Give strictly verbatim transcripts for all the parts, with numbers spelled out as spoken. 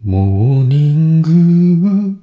モーニング。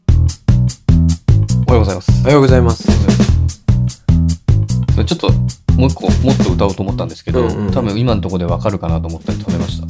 おはようございます。 おはようございます。 それちょっともう一個もっと歌おうと思ったんですけど、 うんうん、 多分今のところでわかるかなと思ったんで止めました。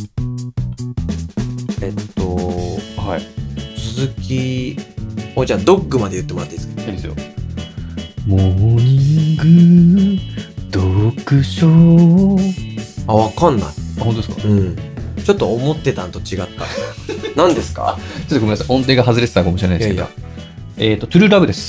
えっと、 はい。 鈴木、おじゃあドッグまで言ってもらっていいですか？ いいですよ。モーニング読書。 あ、わかんない。 あ、本当ですか？ うん。ちょっと思ってたんと違った。何ですか？ ちょっとごめんなさい。音程が外れてたかもしれないですけど。 いやいやえっ、ー、と、トゥルーラブです。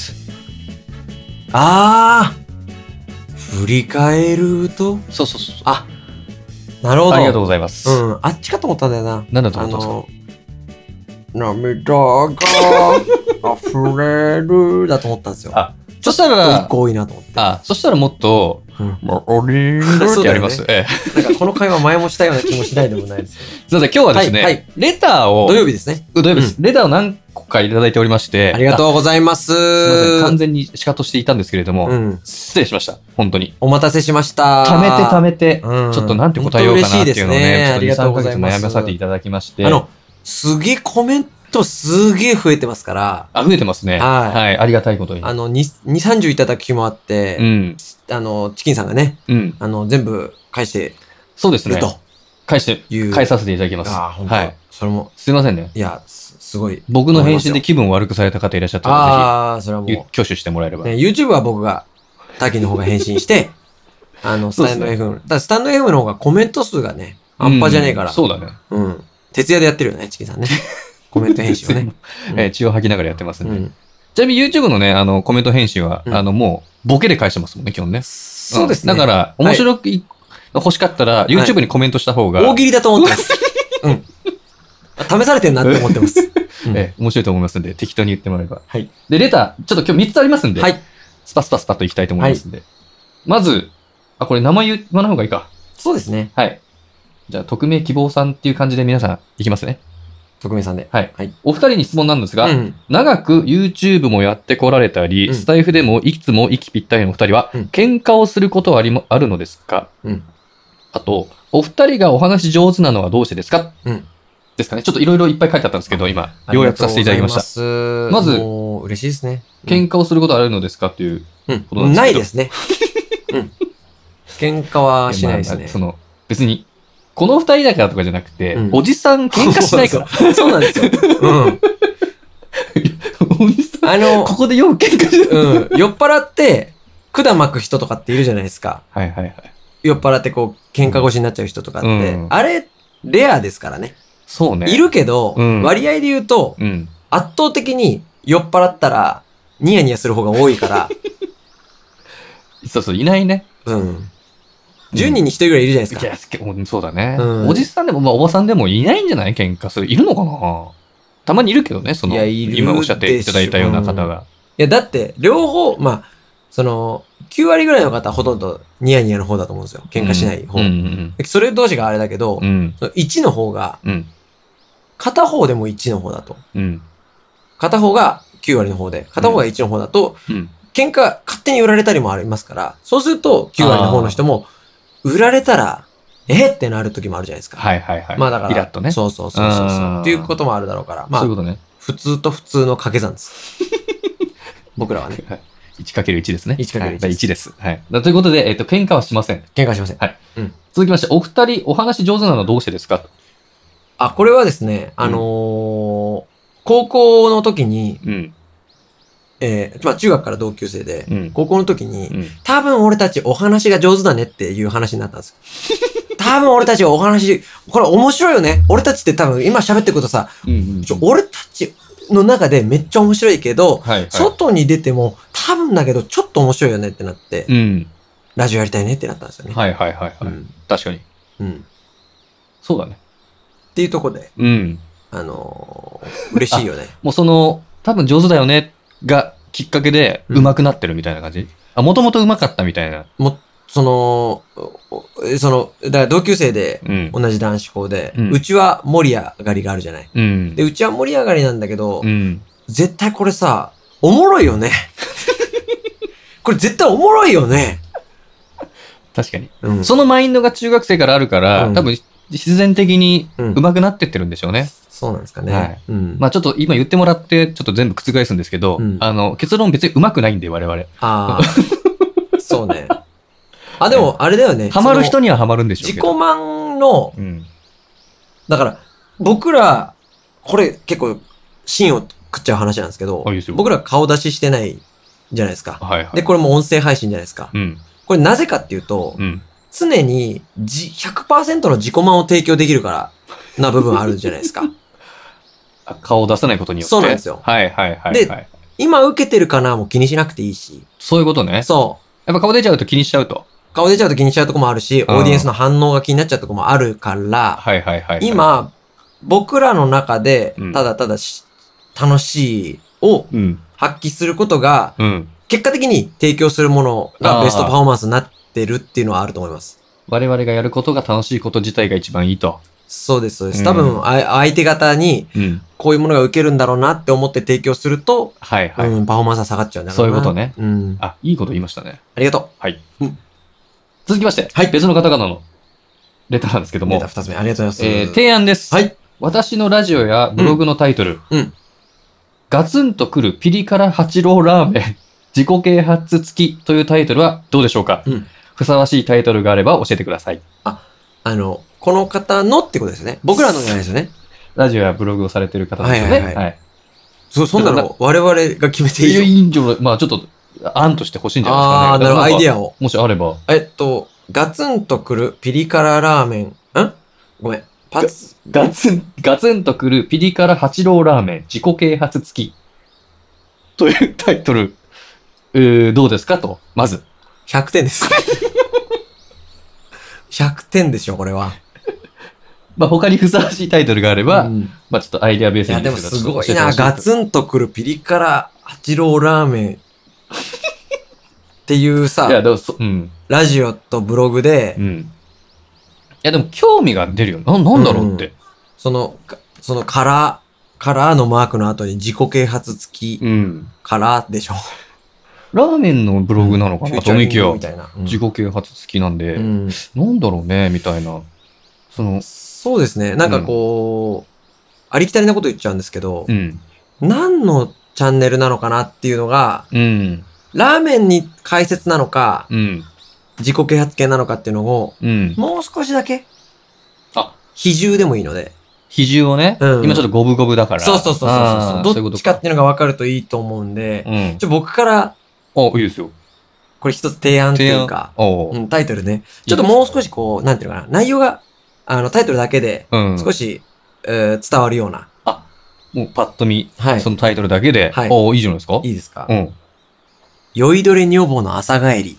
あー、振り返ると、 そうそうそう。 あ、なるほど。 ありがとうございます。 うん、あっちかと思ったんだよな。 何だと思ったんですか？ 涙が溢れるだと思ったんですよ。 あ、そしたら、 一個多いなと思って。 あ、そしたらもっと、 うん、 もう、オリーンってやります。えええ、なんかこの会話前もしたような気もしないでもないですけど。 すいません、今日はですね、はいはい、レターを、 土曜日ですね。 土曜日です。うん、レターを何個かいただいておりまして、 ありがとうございます。すいません、完全にシカとしていたんですけれども、 うん、 失礼しました。本当に。 お待たせしました。 貯めて貯めて、 うん、 ちょっとなんて答えようかなっていうのをね、 ね、 ちょっとに、さんかげつ悩まさせていただきまして。 あの、すげえコメントすげえ増えてますから。 あ、増えてますね。はい。はい、ありがたいことに。 あの、に、に、さんじゅういただく日もあって、うん、あの、チキンさんがね、うん、あの、全部返して、 そうですね。返して、返させていただきます。 あ、本当。はい。それも。 すいませんね。 いや、す, すごい。 僕の返信で気分悪くされた方いらっしゃったら、 ああ、それはもう。 挙手してもらえれば。 ね、YouTube は僕が、タキの方が返信して、あの、スタンド エフエム。ね、だスタンド エフエム の方がコメント数がね、半端じゃねえから。 うん、そうだね。 うん。徹夜でやってるよね、チキンさんね。コメント返信をね。 うん、えー、血を吐きながらやってますんで。うん、ちなみに YouTube のね、あの、コメント返信は、うん、あの、もう、ボケで返してますもんね、基本ね。 そうですね。 だから、面白く、はい、欲しかったら、YouTube にコメントした方が。 大喜利だと思ってます。うん。試されてるなって思ってます。 うん、え、面白いと思いますんで、適当に言ってもらえば。 はい。 で、レター、ちょっと今日みっつありますんで、はい。スパスパスパッといきたいと思いますんで。はい、まず、あ、これ名前言わない方がいいか。 そうですね。 はい。じゃあ、匿名希望さんっていう感じで皆さんいきますね。 匿名さんで。 はい。はい、お二人に質問なんですが、うん、長く YouTube もやってこられたり、うん、スタイフでもいつも息ぴったりのお二人は、うん、喧嘩をすることはありもあるのですか？うん、あと、お二人がお話上手なのはどうしてですか？うん、ですかね。ちょっといろいろいっぱい書いてあったんですけど、今、要約させていただきました。まず、 もう嬉しいですね。 うん、喧嘩をすることはあるのですかっていうことなんですけど。 ないですね。うん。喧嘩はしないですね。 まあ、その、別に、この二人だからとかじゃなくて、うん、おじさん喧嘩しないから。 そうなんですよ。うん。 おじさん、あの、ここでよく喧嘩してる。うん。酔っ払って、管巻く人とかっているじゃないですか。 はいはいはい。 酔っ払ってこう、喧嘩腰になっちゃう人とかって。うん、あれ、レアですからね。 そうね。 いるけど、うん、割合で言うと、うん、圧倒的に酔っ払ったら、ニヤニヤする方が多いから。 そうそう、いないね。 うん。じゅうにんにひとりぐらいいるじゃないですか。 いや、そうだね。うん、おじさんでも、まあ、おばさんでもいないんじゃない喧嘩する。いるのかな？たまにいるけどね、その、いやいる今おっしゃっていただいたような方が。うん、いや、だって、両方、まあ、その、きゅうわりぐらいの方はほとんどニヤニヤの方だと思うんですよ。喧嘩しない方。うんうんうん、それ同士があれだけど、うん、いちの方が、うん、片方でもいちの方だと。うん、片方がきゅうわりの方で、片方がいちの方だと、うん、喧嘩勝手に売られたりもありますから、そうするときゅうわりの方の人も、売られたら、えってなる時もあるじゃないですか。 はいはいはい。 まあだから、 イラッとね。 そうそうそうそうそう。っていうこともあるだろうから。まあ、 そういうことね。 普通と普通の掛け算です。僕らはね。 いちかけるいち ですね。 いちかけるいち。 はい、いちです。はい。ということで、えっと、喧嘩はしません。 喧嘩はしません。 はい。うん、続きまして、お二人、お話上手なのはどうしてですか？ あ、これはですね、あのー、高校の時に、うん、えー、まあ中学から同級生で、うん、高校の時に、うん、多分俺たちお話が上手だねっていう話になったんですよ。多分俺たちお話、これ面白いよね。俺たちって多分今喋ってることさ、うんうんうん、ちょ俺たちの中でめっちゃ面白いけど、はいはい、外に出ても多分だけどちょっと面白いよねってなって、うん、ラジオやりたいねってなったんですよね。 はいはいはい、はい、うん。確かに。うん。そうだね。 っていうところで、うん、あのー、嬉しいよね。 もうその、多分上手だよねがきっかけで上手くなってるみたいな感じ、うん、あ、もともと上手かったみたいな。 も、その、その、だから同級生で、同じ男子校で、うん、うちは盛り上がりがあるじゃない。うん、で、うちは盛り上がりなんだけど、うん、絶対これさ、おもろいよね。これ絶対おもろいよね。 確かに、うん。そのマインドが中学生からあるから、うん、多分必然的に上手くなってってるんでしょうね。 うん、 そうなんですかね。 はい。 うん、 まあちょっと今言ってもらって、ちょっと全部覆すんですけど、うん、あの、結論別に上手くないんで、我々。 ああ。そうね。あ、でも、あれだよね。 ハマる人にはハマるんでしょうけど。 自己満の、うん、だから、僕ら、これ結構、芯を食っちゃう話なんですけど、僕ら顔出ししてないじゃないですか。はいはい、で、これも音声配信じゃないですか。うん、これなぜかっていうと、うん、常に ひゃくパーセント の自己満を提供できるからな部分あるじゃないですか。 顔を出さないことによって。 そうなんですよ。 はいはいはい、はい。 で、今受けてるかなも気にしなくていいし。 そういうことね。 そう。 やっぱ顔出ちゃうと気にしちゃうと。 顔出ちゃうと気にしちゃうとこもあるし、オーディエンスの反応が気になっちゃうとこもあるから、 はいはいはい、はい。 今、僕らの中で、ただただし、うん、楽しいを発揮することが、うん、結果的に提供するものがベストパフォーマンスになってるっていうのはあると思います。 我々がやることが楽しいこと自体が一番いいと。 そうです、そうです。多分、うん、相手方に、こういうものが受けるんだろうなって思って提供すると、 はいはい。 うん、パフォーマンスは下がっちゃうんだろうな。 そういうことね。 うん。 あ、いいこと言いましたね。 ありがとう。 はい。うん、続きまして、はい。別の方々のレターなんですけども。 レター二つ目、ありがとうございます。 えー、提案です。 はい。 私のラジオやブログのタイトル。 うん。うん、 ガツンとくるピリ辛八郎ラーメン、自己啓発付きというタイトルはどうでしょうか。うん。ふさわしいタイトルがあれば教えてください。 あ、あの、この方のってことですね。僕らのじゃないですよね。 ラジオやブログをされてる方ですよね。はいはいはい。はい、 そ、そんなの我々が決めていいいや、いいんじゃない。まあちょっと、案として欲しいんじゃないですかね。 ああ、なるほど、アイディアを。 もしあれば。 えっと、ガツンとくるピリ辛ラーメン。んごめん。パツ、 ガツン、ガツンとくるピリ辛八郎ラーメン、自己啓発付き。というタイトル、えー、どうですかと、まず。 ひゃくてんです。ひゃくてんでしょ、これは。 まあ他にふさわしいタイトルがあれば、うん、まあちょっとアイデアベースに。 いやでもすごいな、ガツンとくるピリ辛八郎ラーメンっていうさ、 いやでもそ、うん、 ラジオとブログで、 うん、いやでも興味が出るよ。な、なんだろうって。うん、 その、そのカラー、カラーのマークの後に自己啓発付き、うん、カラーでしょ。 ラーメンのブログなのかなと思いきや、自己啓発付きなんで、うん、なんだろうね、みたいな。その、 そうですね。なんかこう、うん、ありきたりなこと言っちゃうんですけど、うん、何のチャンネルなのかなっていうのが、うん、ラーメンに解説なのか、うん、自己啓発系なのかっていうのを、うん、もう少しだけ、あ、比重でもいいので。 比重をね、うん、今ちょっと五分五分だから。 そうそうそうそうそう。どっちかっていうのが分かるといいと思うんで、うん、ちょ僕から、 あ、いいですよ。 これ一つ提案っていうか、うん、タイトルね。ちょっともう少しこう、なんていうのかな、内容が、あの、タイトルだけで、少し、うんえー、伝わるような。 あ、もうパッと見、はい、そのタイトルだけで、はい、おいいじゃないですか。 いいですか。うん。酔いどれ女房の朝帰り。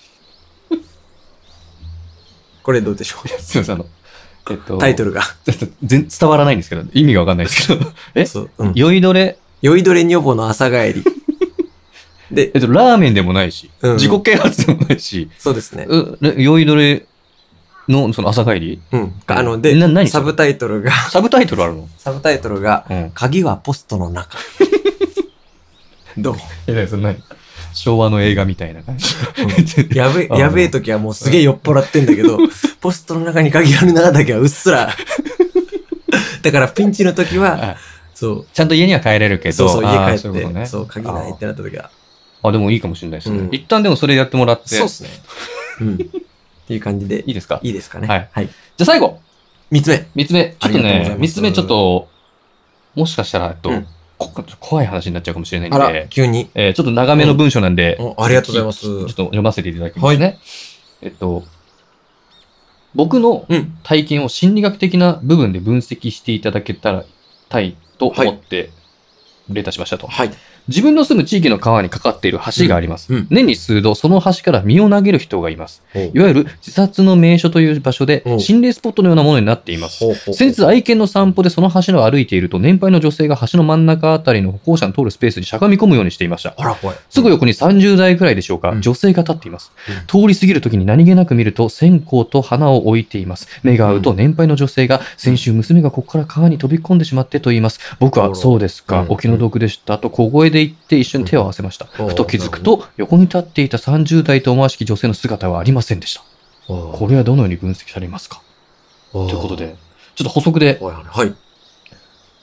これどうでしょう。 すいません、あの、えっと、 タイトルが。 全伝わらないんですけど、意味がわかんないですけど。えそう、うん、酔いどれ酔いどれ女房の朝帰り。 で、えっと、ラーメンでもないし、うん、自己啓発でもないし、 そうですね。 う酔いどれの、その朝帰りうん。あの、で、な何サブタイトルが、 サブタイトルあるのサブタイトルが、うん、鍵はポストの中。どうえ、なにそんなに昭和の映画みたいな感じ。 うん、やべ、やべえ時はもうすげえ酔っ払ってんだけど、ポストの中に鍵あるなだけはうっすら。だからピンチの時は、 そう。ちゃんと家には帰れるけど。 そうそう、家帰って、そう、ね、そう、鍵ないってなった時は。 あ、でもいいかもしれないですね。うん、一旦でもそれやってもらって。 そうですね。うん。っていう感じで。 いいですか？ いいですかね。 はい。はい。じゃあ最後。 三つ目。 三つ目。ちょっとね、三つ目ちょっと、もしかしたら、えっと、うん、怖い話になっちゃうかもしれないんで。 あら、急に。 えー、ちょっと長めの文章なんで、 うん。ありがとうございます。ちょっと読ませていただきますね。はい、えっと、僕の体験を心理学的な部分で分析していただけたらたいと思って、レターしましたと。 はい。 自分の住む地域の川にかかっている橋があります。うんうん、年に数度、その橋から身を投げる人がいます。いわゆる自殺の名所という場所で、心霊スポットのようなものになっています。先日、愛犬の散歩でその橋を歩いていると、年配の女性が橋の真ん中あたりの歩行者の通るスペースにしゃがみ込むようにしていました。 あら、怖い。 すぐ横にさんじゅうだいくらいでしょうか、うん、女性が立っています。うん、通り過ぎるときに何気なく見ると、線香と花を置いています。目が合うと、年配の女性が、先週娘がここから川に飛び込んでしまってと言います。僕は、そうですか、お気の毒でした。と小声で言って一緒に手を合わせました。ふと気づくと、横に立っていたさんじゅうだいと思わしき女性の姿はありませんでした。これはどのように分析されますかということで、ちょっと補足で。 はい。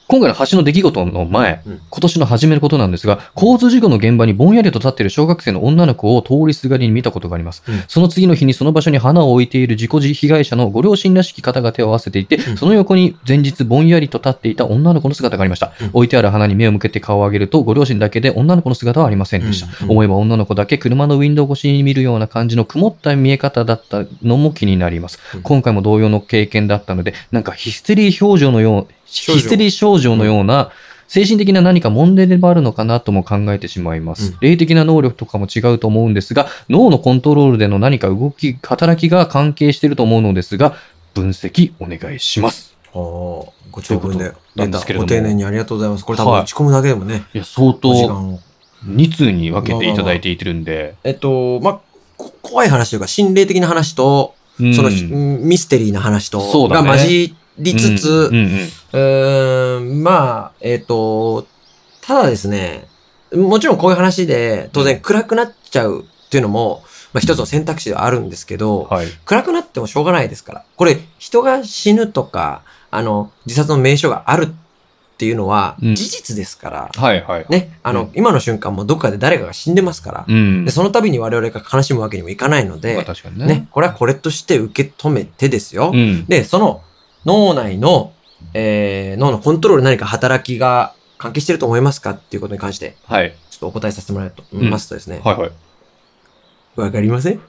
今回の橋の出来事の前、 うん、 今年の初めのことなんですが、交通事故の現場にぼんやりと立っている小学生の女の子を通りすがりに見たことがあります。うん、その次の日にその場所に花を置いている事故被害者のご両親らしき方が手を合わせていて、うん、その横に前日ぼんやりと立っていた女の子の姿がありました。うん、置いてある花に目を向けて顔を上げると、ご両親だけで女の子の姿はありませんでした。うんうん、思えば女の子だけ車のウィンドウ越しに見るような感じの曇った見え方だったのも気になります。うん、今回も同様の経験だったので、なんかヒステリー表情のよう、ヒステリー症状のような精神的な何か問題でもあるのかなとも考えてしまいます。うん、霊的な能力とかも違うと思うんですが、脳のコントロールでの何か動き、働きが関係していると思うのですが、分析お願いします。 ああ、ご長文でなんですけれども、ご丁寧にありがとうございます。これ多分打ち込むだけでもね、はい、 いや相当に通に分けていただいていてるんで、 まあまあまあ、えっとまあ怖い話というか心霊的な話と、うん、そのミステリーな話とが混じりつつ、うんうんうん、まあ、えっ、ー、と、ただですね、もちろんこういう話で当然暗くなっちゃうっていうのも、まあ一つの選択肢ではあるんですけど、はい、暗くなってもしょうがないですから。これ、人が死ぬとか、あの、自殺の名所があるっていうのは事実ですから、 うん、はいはい。 ね、あの、うん、今の瞬間もどっかで誰かが死んでますから、うん、でその度に我々が悲しむわけにもいかないので、 まあ確かにね、 ね、これはこれとして受け止めてですよ。うん、で、その脳内のえー、脳のコントロール何か働きが関係してると思いますかっていうことに関して、はい。ちょっとお答えさせてもらうと思いますとですね。うん、はいはい。わかりません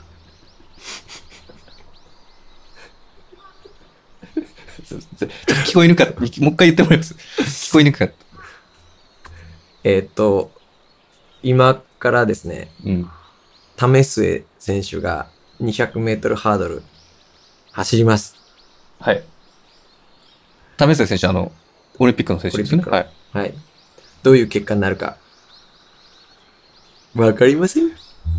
聞こえぬかった。もう一回言ってもらいます。聞こえぬかった。 えーっと、今からですね、うん、為末選手がにひゃくメートルハードル走ります。 はい。為末選手、あの、オリンピックの選手ですね。はい。 はい。どういう結果になるか。わかりません ?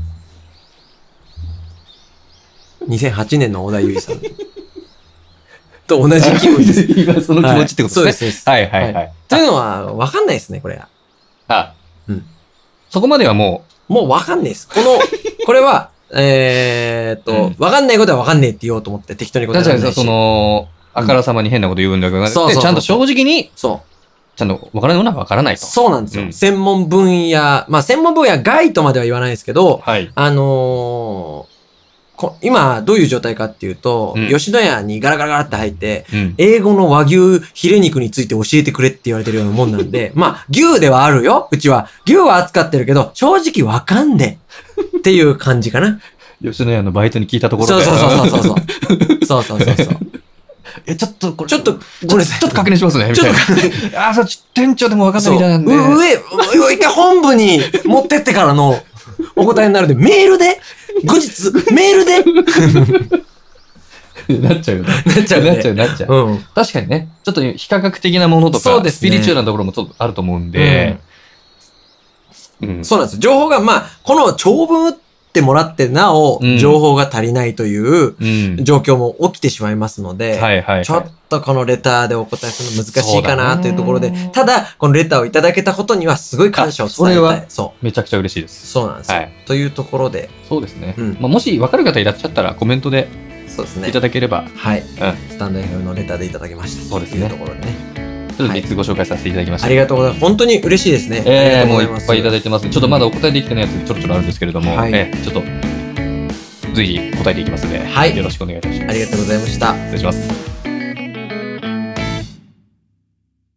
にせんはち 年の小田優衣さんと同じ気持ちです。 今その気持ちってことですね。はい、 そうです。 はいはいはい。 というのは、わかんないですね、これは。 あ、うん。そこまではもう。もうわかんないです。この、これは、えーっと、わ、うん、かんないことはわかんないって言おうと思って適当に答えられないし。 その、あからさまに変なこと言うんだけど、ちゃんと正直に、そう。ちゃんと分からないものは分からないと。 そうなんですよ。うん、専門分野、まあ専門分野外とまでは言わないですけど、はい、あのー、こ今どういう状態かっていうと、うん、吉野家にガラガラガラって入って、うん、英語の和牛ヒレ肉について教えてくれって言われてるようなもんなんで、まあ牛ではあるよ、うちは。牛は扱ってるけど、正直分かんでっていう感じかな。 吉野家のバイトに聞いたところで。そうそうそうそうそう。そうそうそうそう。 え、ちょっと、これ。 ちょっと、ごめんなさい。 ちょっと確認しますね。みたいな。ああ、そう、店長でも分かんないみたいなんで。 上、一回本部に持ってってからのお答えになるんで、メールで後日、メールでなっちゃうよね。 なっちゃう、 ね。なっちゃう、なっちゃう。うん。確かにね、ちょっと非科学的なものとか、そうですね、スピリチュアルなところもちょっとあると思うんで、 うんうん、そうなんです。情報が、まあ、この長文ってもらってなお、情報が足りないという状況も起きてしまいますので、ちょっとこのレターでお答えするの難しいかなというところで、ただ、このレターをいただけたことにはすごい感謝を伝えたい。 それは、そう。めちゃくちゃ嬉しいです。 そうなんですよ。はい、というところで。 そうですね。うん、まあ、もし分かる方いらっしゃったらコメントで、そうですね。いただければ。 はい。うん、スタンド エフエム のレターでいただきました。 そうですね。 というところでね。 ちょっとみっつご紹介させていただきました。 ありがとうございます。本当に嬉しいですね。 ええ、もういっぱいいただいてます。ちょっとまだお答えできてないやつちょろちょろあるんですけれども、はい、えちょっと随時答えていきますので、はい、よろしくお願いいたします。 ありがとうございました。 失礼します。